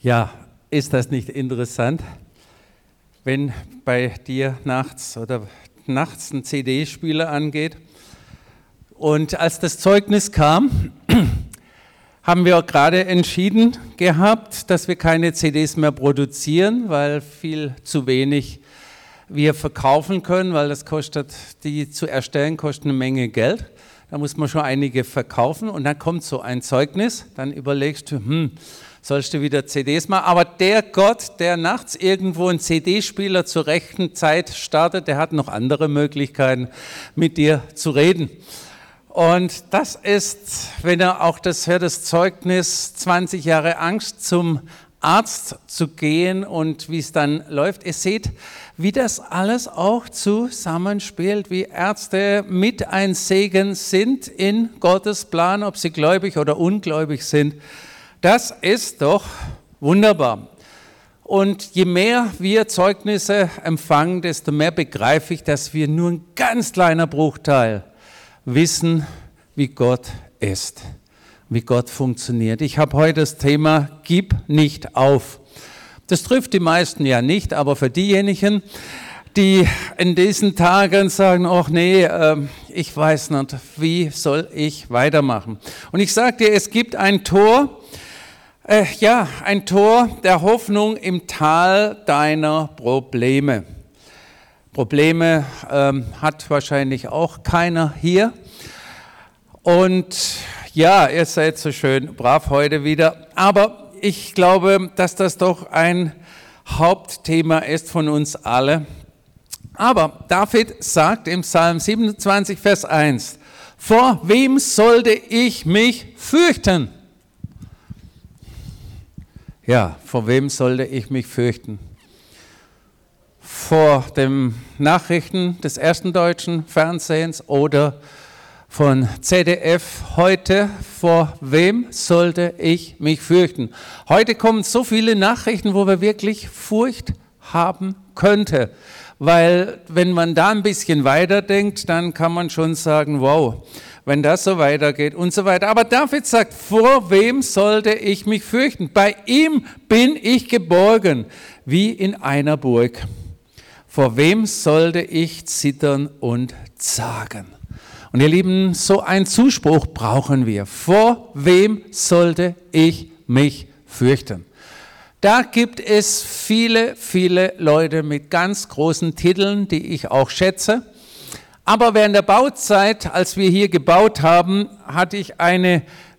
Ja, ist das nicht interessant, wenn bei dir nachts ein CD-Spieler angeht? Und als das Zeugnis kam, haben wir gerade entschieden gehabt, dass wir keine CDs mehr produzieren, weil viel zu wenig wir verkaufen können, weil das kostet, die zu erstellen, kostet eine Menge Geld. Da muss man schon einige verkaufen und dann kommt so ein Zeugnis, dann überlegst du, sollst du wieder CDs machen? Aber der Gott, der nachts irgendwo einen CD-Spieler zur rechten Zeit startet, der hat noch andere Möglichkeiten, mit dir zu reden. Und das ist, wenn er auch das hört, das Zeugnis, 20 Jahre Angst, zum Arzt zu gehen und wie es dann läuft. Ihr seht, wie das alles auch zusammenspielt, wie Ärzte mit ein Segen sind in Gottes Plan, ob sie gläubig oder ungläubig sind. Das ist doch wunderbar. Und je mehr wir Zeugnisse empfangen, desto mehr begreife ich, dass wir nur ein ganz kleiner Bruchteil wissen, wie Gott ist, wie Gott funktioniert. Ich habe heute das Thema, gib nicht auf. Das trifft die meisten ja nicht, aber für diejenigen, die in diesen Tagen sagen, ach nee, ich weiß nicht, wie soll ich weitermachen? Und ich sage dir, es gibt ein Tor, ein Tor der Hoffnung im Tal deiner Probleme. Probleme hat wahrscheinlich auch keiner hier. Und ja, ihr seid so schön brav heute wieder. Aber ich glaube, dass das doch ein Hauptthema ist von uns alle. Aber David sagt im Psalm 27, Vers 1, vor wem sollte ich mich fürchten? Ja, vor wem sollte ich mich fürchten? Vor den Nachrichten des ersten deutschen Fernsehens oder von ZDF heute, vor wem sollte ich mich fürchten? Heute kommen so viele Nachrichten, wo man wirklich Furcht haben könnte, weil wenn man da ein bisschen weiterdenkt, dann kann man schon sagen, wow, wenn das so weitergeht und so weiter. Aber David sagt, vor wem sollte ich mich fürchten? Bei ihm bin ich geborgen, wie in einer Burg. Vor wem sollte ich zittern und zagen? Und ihr Lieben, so einen Zuspruch brauchen wir. Vor wem sollte ich mich fürchten? Da gibt es viele, viele Leute mit ganz großen Titeln, die ich auch schätze. Aber während der Bauzeit, als wir hier gebaut haben, hatte ich eine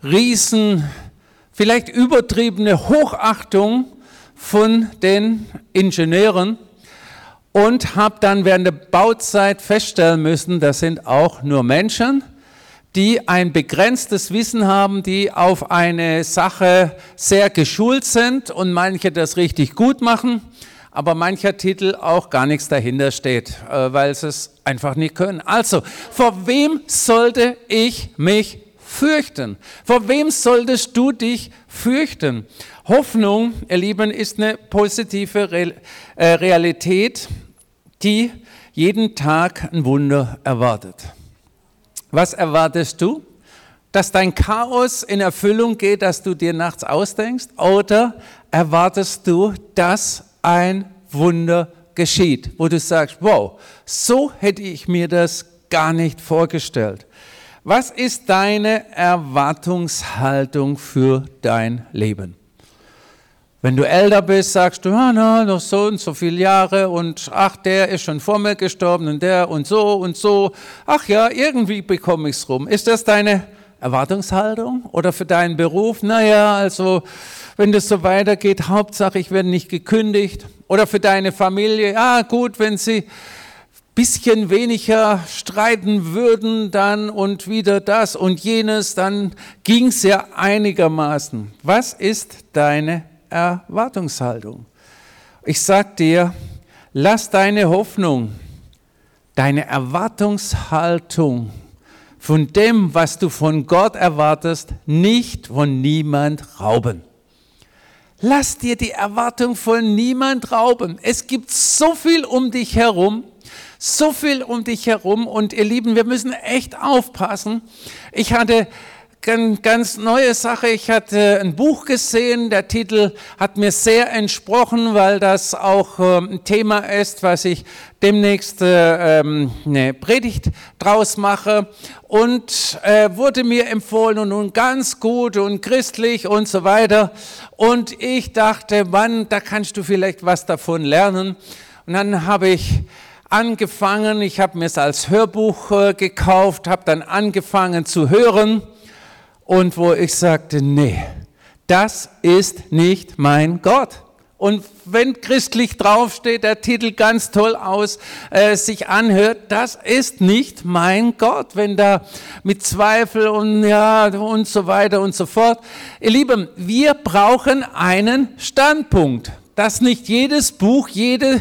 vielleicht übertriebene Hochachtung von den Ingenieuren. Und habe dann während der Bauzeit feststellen müssen, das sind auch nur Menschen, die ein begrenztes Wissen haben, die auf eine Sache sehr geschult sind und manche das richtig gut machen, aber mancher Titel auch gar nichts dahinter steht, weil sie es einfach nicht können. Also, vor wem sollte ich mich fürchten? Vor wem solltest du dich fürchten? Hoffnung, ihr Lieben, ist eine positive Realität, die jeden Tag ein Wunder erwartet. Was erwartest du? Dass dein Chaos in Erfüllung geht, dass du dir nachts ausdenkst? Oder erwartest du, dass ein Wunder geschieht, wo du sagst, wow, so hätte ich mir das gar nicht vorgestellt. Was ist deine Erwartungshaltung für dein Leben? Wenn du älter bist, sagst du, noch so und so viele Jahre und ach, der ist schon vor mir gestorben und der und so und so. Ach ja, irgendwie bekomme ich es rum. Ist das deine Erwartungshaltung oder für deinen Beruf? Naja, also wenn das so weitergeht, Hauptsache ich werde nicht gekündigt. Oder für deine Familie, ja gut, wenn sie ein bisschen weniger streiten würden dann und wieder das und jenes, dann ging es ja einigermaßen. Was ist deine Erwartungshaltung? Ich sag dir, lass deine Hoffnung, deine Erwartungshaltung von dem, was du von Gott erwartest, nicht von niemand rauben. Lass dir die Erwartung von niemand rauben. Es gibt so viel um dich herum, und ihr Lieben, wir müssen echt aufpassen. Ich hatte ganz neue Sache. Ich hatte ein Buch gesehen, der Titel hat mir sehr entsprochen, weil das auch ein Thema ist, was ich demnächst eine Predigt draus mache. Und wurde mir empfohlen und nun ganz gut und christlich und so weiter. Und ich dachte, Mann, da kannst du vielleicht was davon lernen. Und dann habe ich angefangen, ich habe mir es als Hörbuch gekauft, habe dann angefangen zu hören. Und wo ich sagte, nee, das ist nicht mein Gott. Und wenn christlich draufsteht, der Titel ganz toll sich anhört, das ist nicht mein Gott, wenn da mit Zweifel und ja und so weiter und so fort. Ihr Lieben, wir brauchen einen Standpunkt. Dass nicht jedes Buch, jedes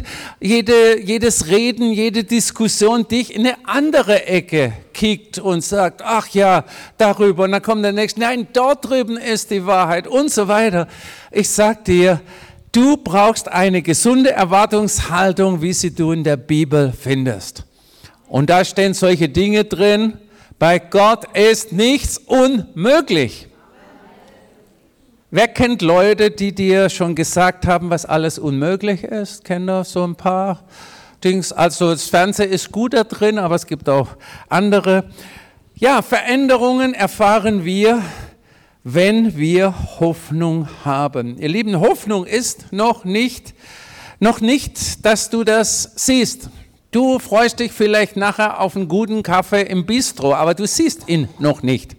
Reden, jede Diskussion dich in eine andere Ecke kickt und sagt, ach ja, darüber. Und dann kommt der nächste, nein, dort drüben ist die Wahrheit und so weiter. Ich sag dir, du brauchst eine gesunde Erwartungshaltung, wie sie du in der Bibel findest. Und da stehen solche Dinge drin, bei Gott ist nichts unmöglich. Wer kennt Leute, die dir schon gesagt haben, was alles unmöglich ist? Kennt ihr so ein paar Dings? Also das Fernsehen ist gut da drin, aber es gibt auch andere. Ja, Veränderungen erfahren wir, wenn wir Hoffnung haben. Ihr Lieben, Hoffnung ist noch nicht, dass du das siehst. Du freust dich vielleicht nachher auf einen guten Kaffee im Bistro, aber du siehst ihn noch nicht.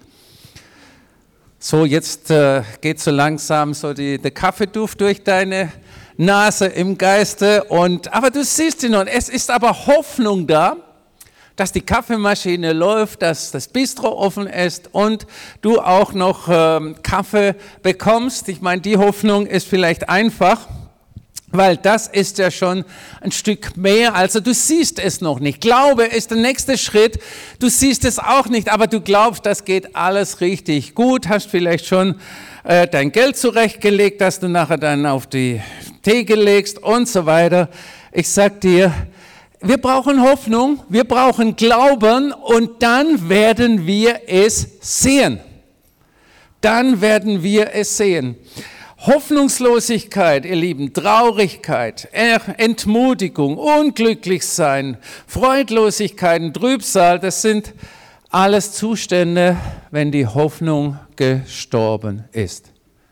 So, jetzt geht so langsam so der Kaffeeduft durch deine Nase im Geiste. Aber du siehst ihn noch. Es ist aber Hoffnung da, dass die Kaffeemaschine läuft, dass das Bistro offen ist und du auch noch Kaffee bekommst. Ich meine, die Hoffnung ist vielleicht einfach, weil das ist ja schon ein Stück mehr. Also du siehst es noch nicht. Glaube ist der nächste Schritt. Du siehst es auch nicht, aber du glaubst, das geht alles richtig gut. Hast vielleicht schon dein Geld zurechtgelegt, das du nachher dann auf die Theke legst und so weiter. Ich sag dir, wir brauchen Hoffnung, wir brauchen Glauben und dann werden wir es sehen. Dann werden wir es sehen. Hoffnungslosigkeit, ihr Lieben, Traurigkeit, Entmutigung, Unglücklichsein, Freudlosigkeit, Trübsal, das sind alles Zustände, wenn die Hoffnung gestorben ist.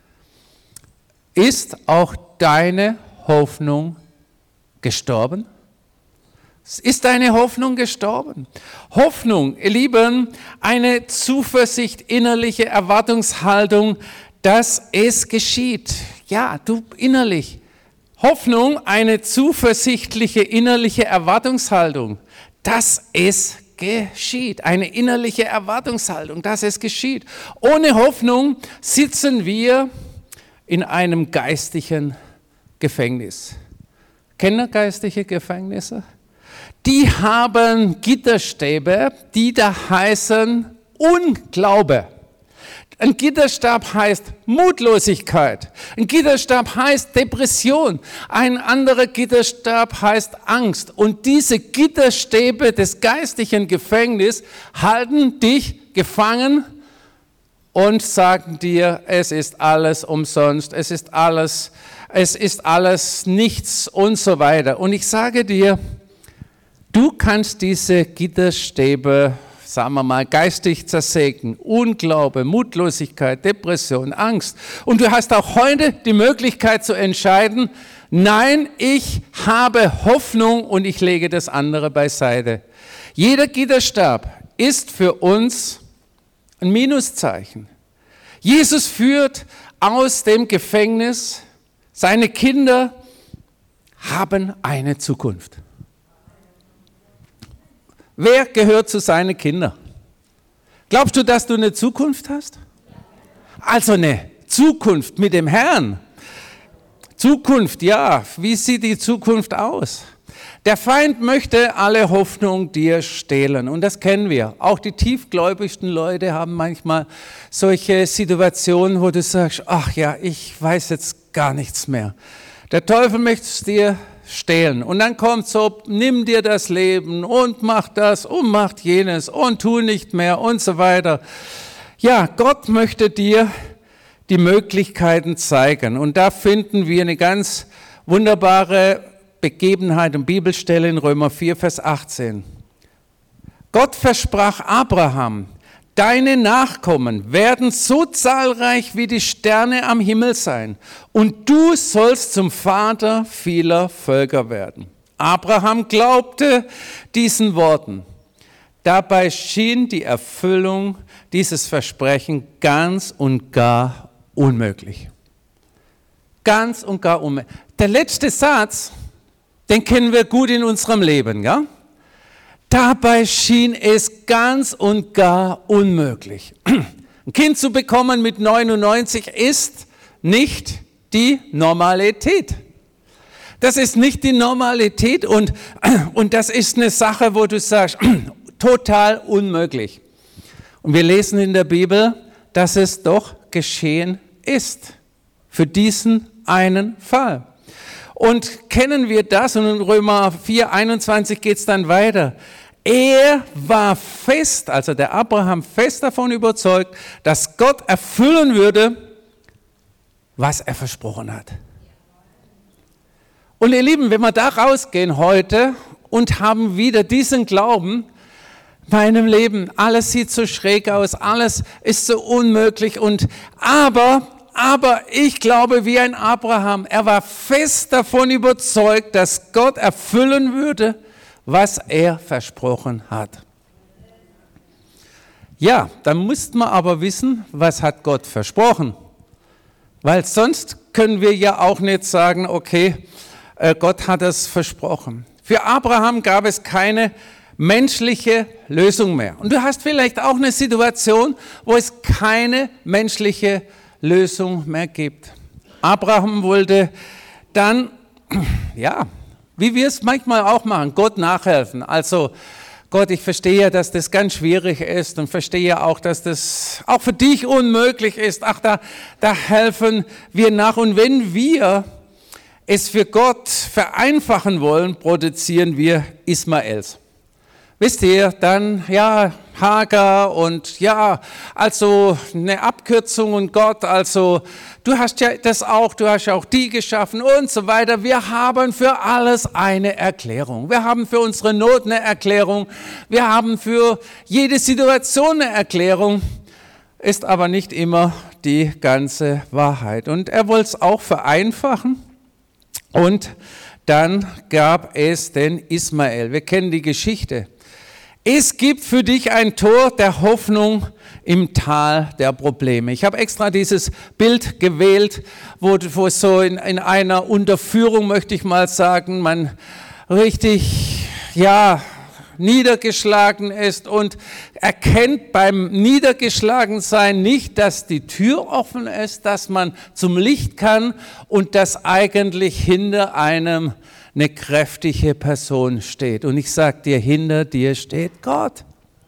Ist auch deine Hoffnung gestorben? Ist deine Hoffnung gestorben? Hoffnung, ihr Lieben, eine Zuversicht, innerliche Erwartungshaltung, dass es geschieht. Ja, du innerlich. Hoffnung, eine zuversichtliche innerliche Erwartungshaltung, dass es geschieht. Eine innerliche Erwartungshaltung, dass es geschieht. Ohne Hoffnung sitzen wir in einem geistlichen Gefängnis. Kennt ihr geistliche Gefängnisse? Die haben Gitterstäbe, die da heißen Unglaube. Ein Gitterstab heißt Mutlosigkeit. Ein Gitterstab heißt Depression. Ein anderer Gitterstab heißt Angst. Und diese Gitterstäbe des geistlichen Gefängnisses halten dich gefangen und sagen dir, es ist alles umsonst, es ist alles nichts und so weiter. Und ich sage dir, du kannst diese Gitterstäbe, sagen wir mal, geistig zersägen. Unglaube, Mutlosigkeit, Depression, Angst. Und du hast auch heute die Möglichkeit zu entscheiden, nein, ich habe Hoffnung und ich lege das andere beiseite. Jeder Gitterstab ist für uns ein Minuszeichen. Jesus führt aus dem Gefängnis, seine Kinder haben eine Zukunft. Wer gehört zu seinen Kindern? Glaubst du, dass du eine Zukunft hast? Also eine Zukunft mit dem Herrn. Zukunft, ja. Wie sieht die Zukunft aus? Der Feind möchte alle Hoffnung dir stehlen und das kennen wir. Auch die tiefgläubigsten Leute haben manchmal solche Situationen, wo du sagst, ach ja, ich weiß jetzt gar nichts mehr. Der Teufel möchte es dir stehlen. Und dann kommt so, nimm dir das Leben und mach das und mach jenes und tu nicht mehr und so weiter. Ja, Gott möchte dir die Möglichkeiten zeigen. Und da finden wir eine ganz wunderbare Begebenheit und Bibelstelle in Römer 4, Vers 18. Gott versprach Abraham, deine Nachkommen werden so zahlreich wie die Sterne am Himmel sein und du sollst zum Vater vieler Völker werden. Abraham glaubte diesen Worten. Dabei schien die Erfüllung dieses Versprechens ganz und gar unmöglich. Ganz und gar unmöglich. Der letzte Satz, den kennen wir gut in unserem Leben, ja? Dabei schien es ganz und gar unmöglich. Ein Kind zu bekommen mit 99 ist nicht die Normalität. Das ist nicht die Normalität und das ist eine Sache, wo du sagst, total unmöglich. Und wir lesen in der Bibel, dass es doch geschehen ist für diesen einen Fall. Und kennen wir das? Und in Römer 4, 21 geht es dann weiter. Er war fest, also der Abraham fest davon überzeugt, dass Gott erfüllen würde, was er versprochen hat. Und ihr Lieben, wenn wir da rausgehen heute und haben wieder diesen Glauben, meinem Leben, alles sieht so schräg aus, alles ist so unmöglich aber ich glaube wie ein Abraham, er war fest davon überzeugt, dass Gott erfüllen würde, was er versprochen hat. Ja, dann müssten wir aber wissen, was hat Gott versprochen? Weil sonst können wir ja auch nicht sagen, okay, Gott hat es versprochen. Für Abraham gab es keine menschliche Lösung mehr. Und du hast vielleicht auch eine Situation, wo es keine menschliche Lösung mehr gibt. Abraham wollte dann, ja, wie wir es manchmal auch machen, Gott nachhelfen. Also Gott, ich verstehe ja, dass das ganz schwierig ist und verstehe auch, dass das auch für dich unmöglich ist. Ach, da helfen wir nach. Und wenn wir es für Gott vereinfachen wollen, produzieren wir Ismaels. Wisst ihr, dann, ja, Hagar und ja, also eine Abkürzung und Gott, also du hast ja das auch, du hast ja auch die geschaffen und so weiter. Wir haben für alles eine Erklärung. Wir haben für unsere Not eine Erklärung. Wir haben für jede Situation eine Erklärung. Ist aber nicht immer die ganze Wahrheit. Und er wollte es auch vereinfachen. Und dann gab es den Ismael. Wir kennen die Geschichte. Es gibt für dich ein Tor der Hoffnung im Tal der Probleme. Ich habe extra dieses Bild gewählt, wo so in einer Unterführung, möchte ich mal sagen, man richtig, ja, niedergeschlagen ist und erkennt beim Niedergeschlagensein nicht, dass die Tür offen ist, dass man zum Licht kann und dass eigentlich hinter einem eine kräftige Person steht. Und ich sage dir, hinter dir steht Gott.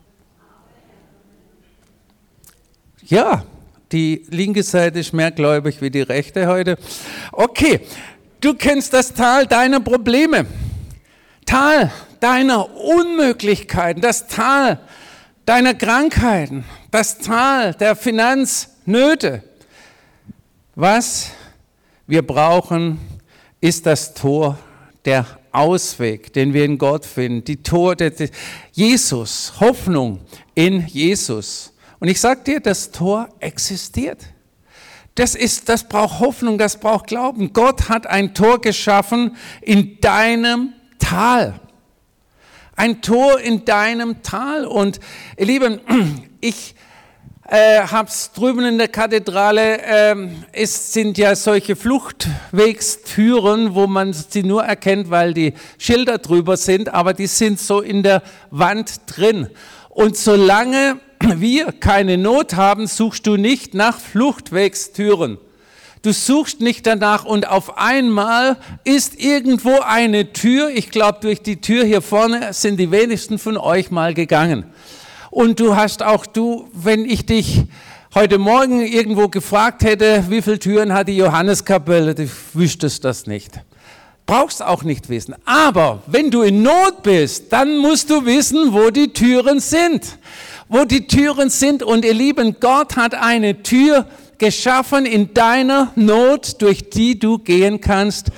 Ja, die linke Seite ist mehr gläubig wie die rechte heute. Okay, du kennst das Tal deiner Probleme, Tal deiner Unmöglichkeiten, das Tal deiner Krankheiten, das Tal der Finanznöte. Was wir brauchen, ist das Tor der Ausweg, den wir in Gott finden, die Tor der Jesus, Hoffnung in Jesus. Und ich sage dir, das Tor existiert. Das braucht Hoffnung, das braucht Glauben. Gott hat ein Tor geschaffen in deinem Tal. Ein Tor in deinem Tal. Und ihr Lieben, ich habe es drüben in der Kathedrale, es sind ja solche Fluchtwegstüren, wo man sie nur erkennt, weil die Schilder drüber sind, aber die sind so in der Wand drin. Und solange wir keine Not haben, suchst du nicht nach Fluchtwegstüren. Du suchst nicht danach und auf einmal ist irgendwo eine Tür. Ich glaube, durch die Tür hier vorne sind die wenigsten von euch mal gegangen. Und du hast auch, wenn ich dich heute Morgen irgendwo gefragt hätte, wie viele Türen hat die Johanneskapelle, du wüsstest das nicht. Brauchst auch nicht wissen. Aber wenn du in Not bist, dann musst du wissen, wo die Türen sind. wo die Türen sind. Und ihr Lieben, Gott hat eine Tür geschaffen in deiner Not, durch die du gehen kannst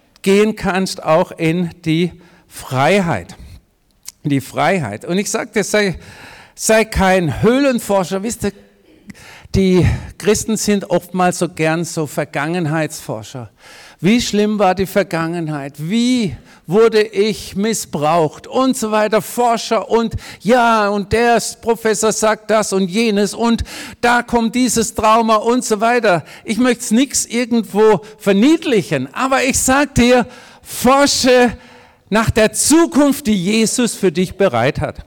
auch in die Freiheit. Die Freiheit. Und ich sagte, sei kein Höhlenforscher. Wisst ihr, die Christen sind oftmals so gern so Vergangenheitsforscher. Wie schlimm war die Vergangenheit? Wie wurde ich missbraucht? Und so weiter. Forscher und ja, und der Professor sagt das und jenes und da kommt dieses Trauma und so weiter. Ich möchte nichts irgendwo verniedlichen, aber ich sag dir, forsche nach der Zukunft, die Jesus für dich bereit hat.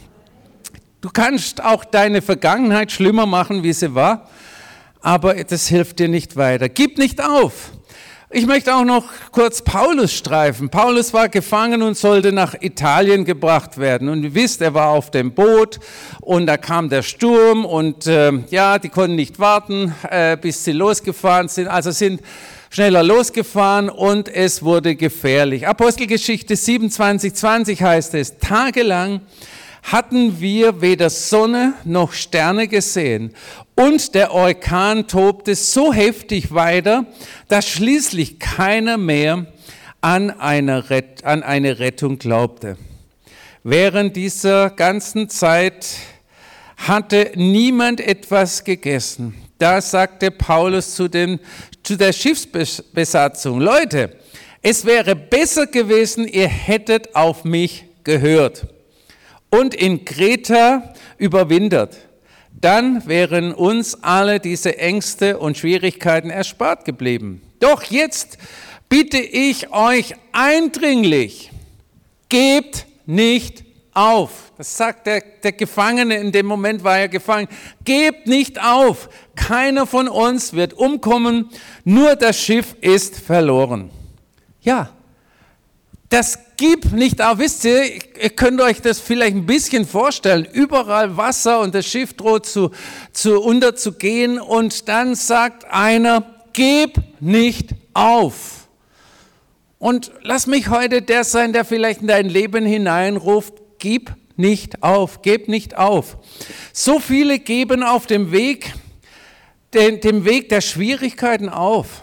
Du kannst auch deine Vergangenheit schlimmer machen, wie sie war, aber das hilft dir nicht weiter. Gib nicht auf. Ich möchte auch noch kurz Paulus streifen. Paulus war gefangen und sollte nach Italien gebracht werden. Und ihr wisst, er war auf dem Boot und da kam der Sturm und die konnten nicht warten, bis sie losgefahren sind. Also sind schneller losgefahren und es wurde gefährlich. Apostelgeschichte 27,20 heißt es, tagelang hatten wir weder Sonne noch Sterne gesehen. Und der Orkan tobte so heftig weiter, dass schließlich keiner mehr an eine Rettung glaubte. Während dieser ganzen Zeit hatte niemand etwas gegessen. Da sagte Paulus zu der Schiffsbesatzung, Leute, es wäre besser gewesen, ihr hättet auf mich gehört und in Kreta überwintert. Dann wären uns alle diese Ängste und Schwierigkeiten erspart geblieben. Doch jetzt bitte ich euch eindringlich, gebt nicht auf. Das sagt der Gefangene, in dem Moment war er gefangen. Gebt nicht auf, keiner von uns wird umkommen, nur das Schiff ist verloren. Ja, das gib nicht auf. Wisst ihr, ihr könnt euch das vielleicht ein bisschen vorstellen. Überall Wasser und das Schiff droht unterzugehen und dann sagt einer, gib nicht auf. Und lass mich heute der sein, der vielleicht in dein Leben hineinruft, gib nicht auf, gib nicht auf. So viele geben auf dem Weg der Schwierigkeiten auf.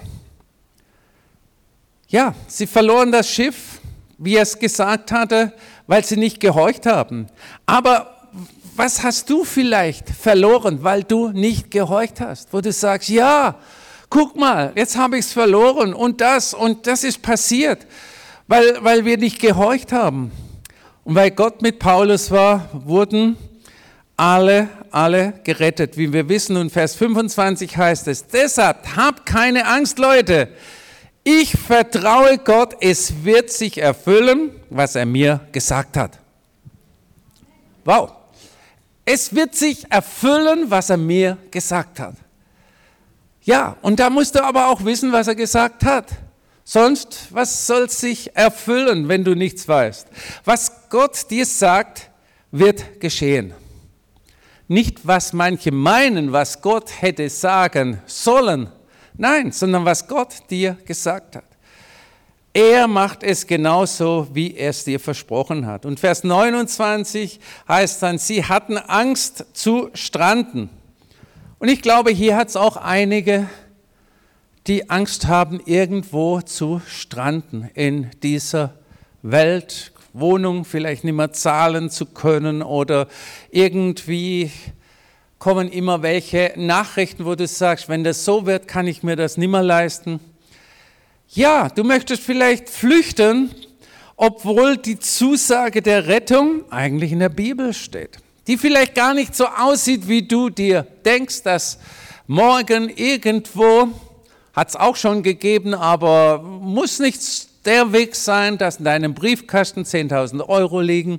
Ja, sie verloren das Schiff, wie er es gesagt hatte, weil sie nicht gehorcht haben. Aber was hast du vielleicht verloren, weil du nicht gehorcht hast? Wo du sagst, ja, guck mal, jetzt habe ich es verloren und das ist passiert, weil wir nicht gehorcht haben. Und weil Gott mit Paulus war, wurden alle gerettet. Wie wir wissen, und Vers 25 heißt es, deshalb habt keine Angst, Leute. Ich vertraue Gott, es wird sich erfüllen, was er mir gesagt hat. Wow. Es wird sich erfüllen, was er mir gesagt hat. Ja, und da musst du aber auch wissen, was er gesagt hat. Sonst, was soll sich erfüllen, wenn du nichts weißt? Was Gott dir sagt, wird geschehen. Nicht, was manche meinen, was Gott hätte sagen sollen. Nein, sondern was Gott dir gesagt hat. Er macht es genauso, wie er es dir versprochen hat. Und Vers 29 heißt dann, sie hatten Angst zu stranden. Und ich glaube, hier hat es auch einige, die Angst haben, irgendwo zu stranden in dieser Welt, Wohnung vielleicht nicht mehr zahlen zu können oder irgendwie kommen immer welche Nachrichten, wo du sagst, wenn das so wird, kann ich mir das nicht mehr leisten. Ja, du möchtest vielleicht flüchten, obwohl die Zusage der Rettung eigentlich in der Bibel steht, die vielleicht gar nicht so aussieht, wie du dir denkst, dass morgen irgendwo, hat es auch schon gegeben, aber muss nicht der Weg sein, dass in deinem Briefkasten 10.000 Euro liegen.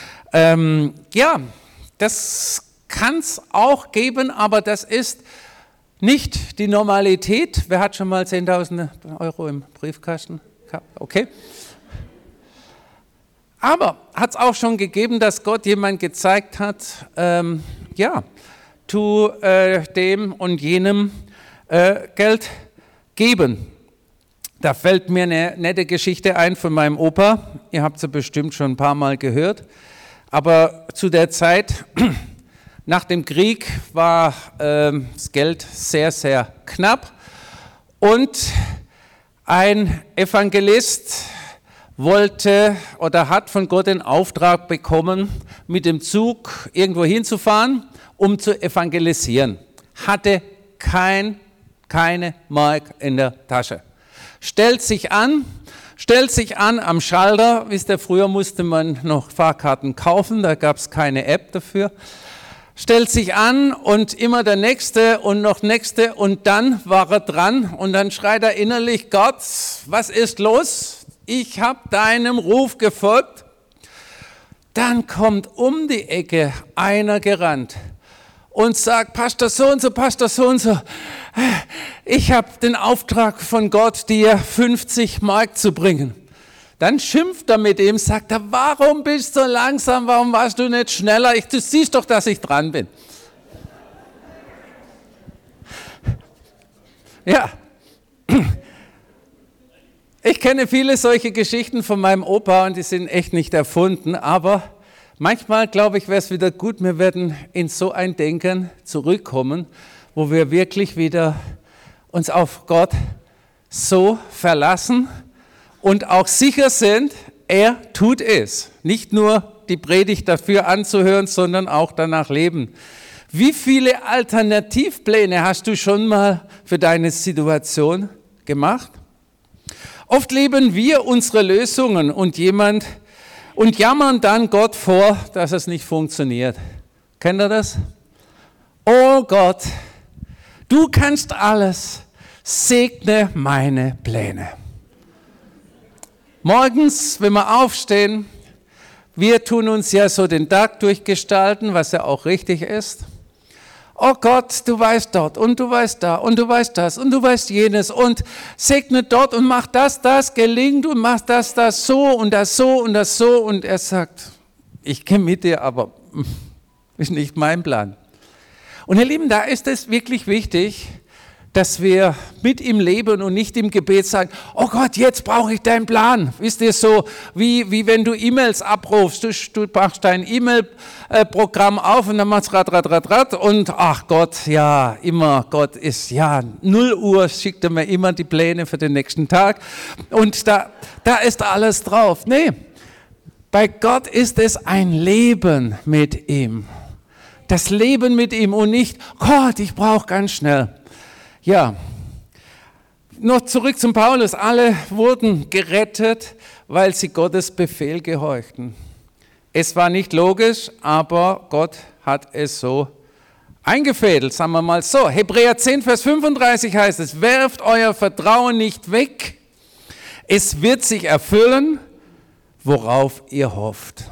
Das kann es auch geben, aber das ist nicht die Normalität. Wer hat schon mal 10.000 Euro im Briefkasten gehabt? Okay. Aber hat es auch schon gegeben, dass Gott jemand gezeigt hat, tu dem und jenem Geld geben. Da fällt mir eine nette Geschichte ein von meinem Opa. Ihr habt sie bestimmt schon ein paar Mal gehört. Aber zu der Zeit Nach dem Krieg war das Geld sehr, sehr knapp und ein Evangelist wollte oder hat von Gott den Auftrag bekommen, mit dem Zug irgendwo hinzufahren, um zu evangelisieren. Hatte keine Mark in der Tasche. Stellt sich an am Schalter. Wisst ihr, früher musste man noch Fahrkarten kaufen, da gab es keine App dafür. Stellt sich an und immer der Nächste und noch Nächste und dann war er dran und dann schreit er innerlich: Gott, was ist los? Ich habe deinem Ruf gefolgt. Dann kommt um die Ecke einer gerannt und sagt: Pastor so und so, ich habe den Auftrag von Gott, dir 50 Mark zu bringen. Dann schimpft er mit ihm, sagt er: Warum bist du so langsam, warum warst du nicht schneller? Du siehst doch, dass ich dran bin. Ja, ich kenne viele solche Geschichten von meinem Opa und die sind echt nicht erfunden, aber manchmal, glaube ich, wäre es wieder gut, wir werden in so ein Denken zurückkommen, wo wir wirklich wieder uns auf Gott so verlassen und auch sicher sind, er tut es. Nicht nur die Predigt dafür anzuhören, sondern auch danach leben. Wie viele Alternativpläne hast du schon mal für deine Situation gemacht? Oft leben wir unsere Lösungen und jammern dann Gott vor, dass es nicht funktioniert. Kennt ihr das? Oh Gott, du kannst alles, segne meine Pläne. Morgens, wenn wir aufstehen, wir tun uns ja so den Tag durchgestalten, was ja auch richtig ist. Oh Gott, du weißt dort und du weißt da und du weißt das und du weißt jenes und segne dort und mach das gelingt und mach das so und das so und das so. Und er sagt: Ich gehe mit dir, aber ist nicht mein Plan. Und ihr Lieben, da ist es wirklich wichtig, dass wir mit ihm leben und nicht im Gebet sagen: Oh Gott, jetzt brauche ich deinen Plan. Wisst ihr, so wie wenn du E-Mails abrufst, du machst dein E-Mail-Programm auf und dann machst du rat und ach Gott, ja, immer, Gott ist, ja, 0 Uhr schickt er mir immer die Pläne für den nächsten Tag und da ist alles drauf. Nee, bei Gott ist es ein Leben mit ihm. Das Leben mit ihm und nicht: Gott, ich brauche ganz schnell. Ja, noch zurück zum Paulus. Alle wurden gerettet, weil sie Gottes Befehl gehorchten. Es war nicht logisch, aber Gott hat es so eingefädelt, sagen wir mal so. Hebräer 10, Vers 35 heißt es: Werft euer Vertrauen nicht weg, es wird sich erfüllen, worauf ihr hofft.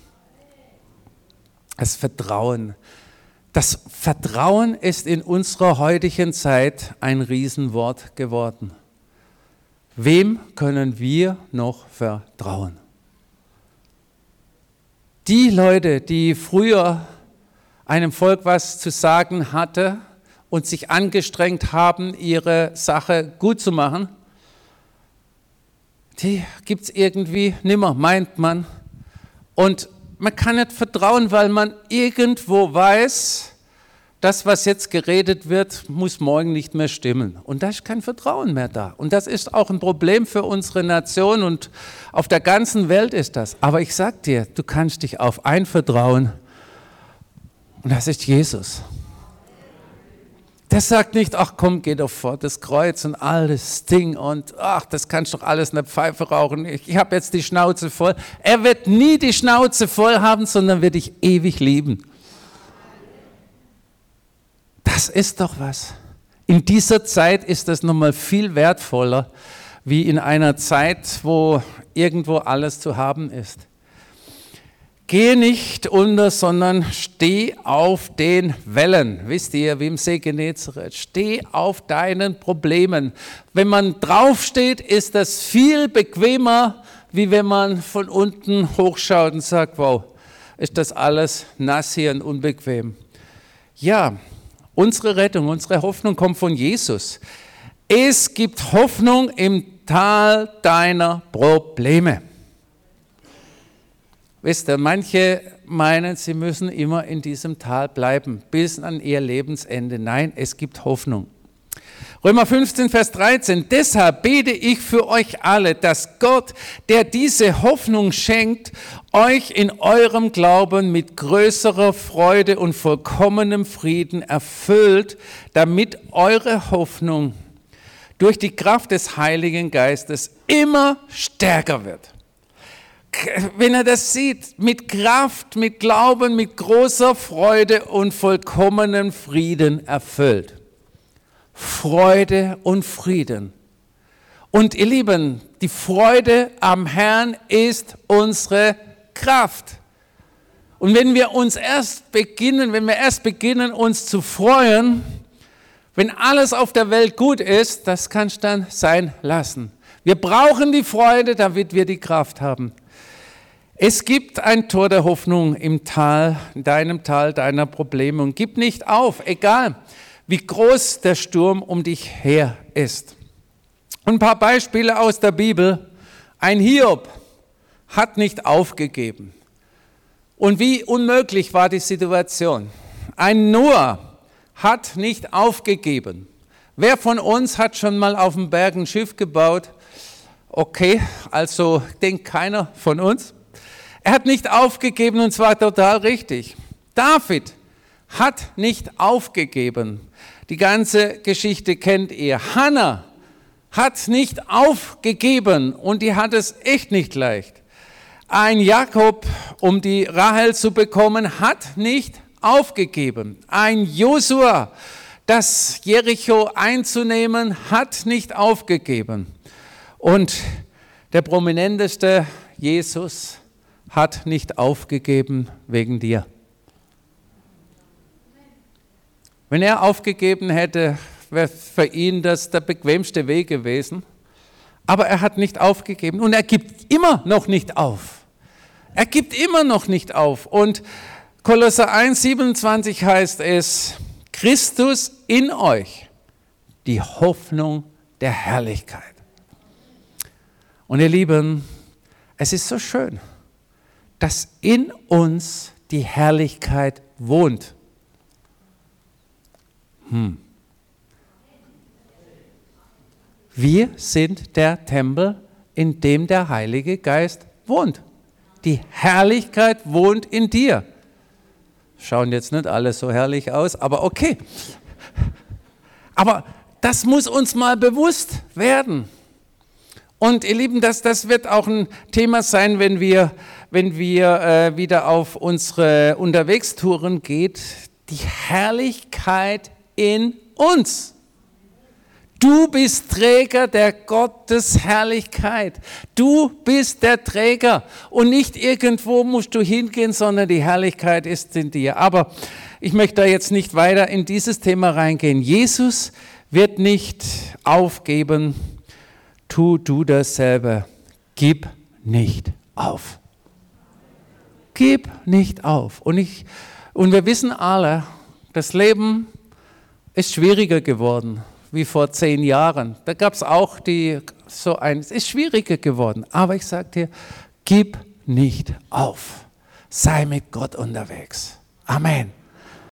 Das Vertrauen. Das Vertrauen ist in unserer heutigen Zeit ein Riesenwort geworden. Wem können wir noch vertrauen? Die Leute, die früher einem Volk was zu sagen hatte und sich angestrengt haben, ihre Sache gut zu machen, die gibt es irgendwie nimmer, meint man. Und man kann nicht vertrauen, weil man irgendwo weiß, das, was jetzt geredet wird, muss morgen nicht mehr stimmen. Und da ist kein Vertrauen mehr da. Und das ist auch ein Problem für unsere Nation und auf der ganzen Welt ist das. Aber ich sag dir, du kannst dich auf einen vertrauen und das ist Jesus. Der sagt nicht: Ach komm, geh doch vor das Kreuz und alles Ding und ach, das kannst doch alles in der Pfeife rauchen. Ich habe jetzt die Schnauze voll. Er wird nie die Schnauze voll haben, sondern wird dich ewig lieben. Das ist doch was. In dieser Zeit ist das nochmal viel wertvoller, wie in einer Zeit, wo irgendwo alles zu haben ist. Gehe nicht unter, sondern steh auf den Wellen. Wisst ihr, wie im See Genezareth. Steh auf deinen Problemen. Wenn man draufsteht, ist das viel bequemer, wie wenn man von unten hochschaut und sagt: Wow, ist das alles nass hier und unbequem. Ja, unsere Rettung, unsere Hoffnung kommt von Jesus. Es gibt Hoffnung im Tal deiner Probleme. Wisst ihr, manche meinen, sie müssen immer in diesem Tal bleiben, bis an ihr Lebensende. Nein, es gibt Hoffnung. Römer 15, Vers 13. Deshalb bete ich für euch alle, dass Gott, der diese Hoffnung schenkt, euch in eurem Glauben mit größerer Freude und vollkommenem Frieden erfüllt, damit eure Hoffnung durch die Kraft des Heiligen Geistes immer stärker wird. Wenn er das sieht, mit Kraft, mit Glauben, mit großer Freude und vollkommenem Frieden erfüllt. Freude und Frieden. Und ihr Lieben, die Freude am Herrn ist unsere Kraft. Und wenn wir erst beginnen, uns zu freuen, wenn alles auf der Welt gut ist, das kannst du dann sein lassen. Wir brauchen die Freude, damit wir die Kraft haben. Es gibt ein Tor der Hoffnung im Tal, in deinem Tal deiner Probleme. Und gib nicht auf, egal wie groß der Sturm um dich her ist. Und ein paar Beispiele aus der Bibel. Ein Hiob hat nicht aufgegeben. Und wie unmöglich war die Situation? Ein Noah hat nicht aufgegeben. Wer von uns hat schon mal auf dem Berg ein Schiff gebaut? Okay, also denkt keiner von uns. Er hat nicht aufgegeben und zwar total richtig. David hat nicht aufgegeben. Die ganze Geschichte kennt ihr. Hannah hat nicht aufgegeben und die hat es echt nicht leicht. Ein Jakob, um die Rahel zu bekommen, hat nicht aufgegeben. Ein Josua, das Jericho einzunehmen, hat nicht aufgegeben. Und der prominenteste, Jesus, hat nicht aufgegeben wegen dir. Wenn er aufgegeben hätte, wäre für ihn das der bequemste Weg gewesen. Aber er hat nicht aufgegeben und er gibt immer noch nicht auf. Er gibt immer noch nicht auf. Und Kolosser 1,27 heißt es, Christus in euch, die Hoffnung der Herrlichkeit. Und ihr Lieben, es ist so schön, dass in uns die Herrlichkeit wohnt. Wir sind der Tempel, in dem der Heilige Geist wohnt. Die Herrlichkeit wohnt in dir. Schauen jetzt nicht alle so herrlich aus, aber okay. Aber das muss uns mal bewusst werden. Und ihr Lieben, das wird auch ein Thema sein, wenn wir wieder auf unsere Unterwegstouren geht. Die Herrlichkeit in uns. Du bist Träger der Gottesherrlichkeit. Du bist der Träger und nicht irgendwo musst du hingehen, sondern die Herrlichkeit ist in dir. Aber ich möchte da jetzt nicht weiter in dieses Thema reingehen. Jesus wird nicht aufgeben. Tu du dasselbe. Gib nicht auf. Gib nicht auf. Und wir wissen alle, das Leben ist schwieriger geworden wie vor 10 Jahren. Da gab es auch es ist schwieriger geworden. Aber ich sage dir, gib nicht auf. Sei mit Gott unterwegs. Amen.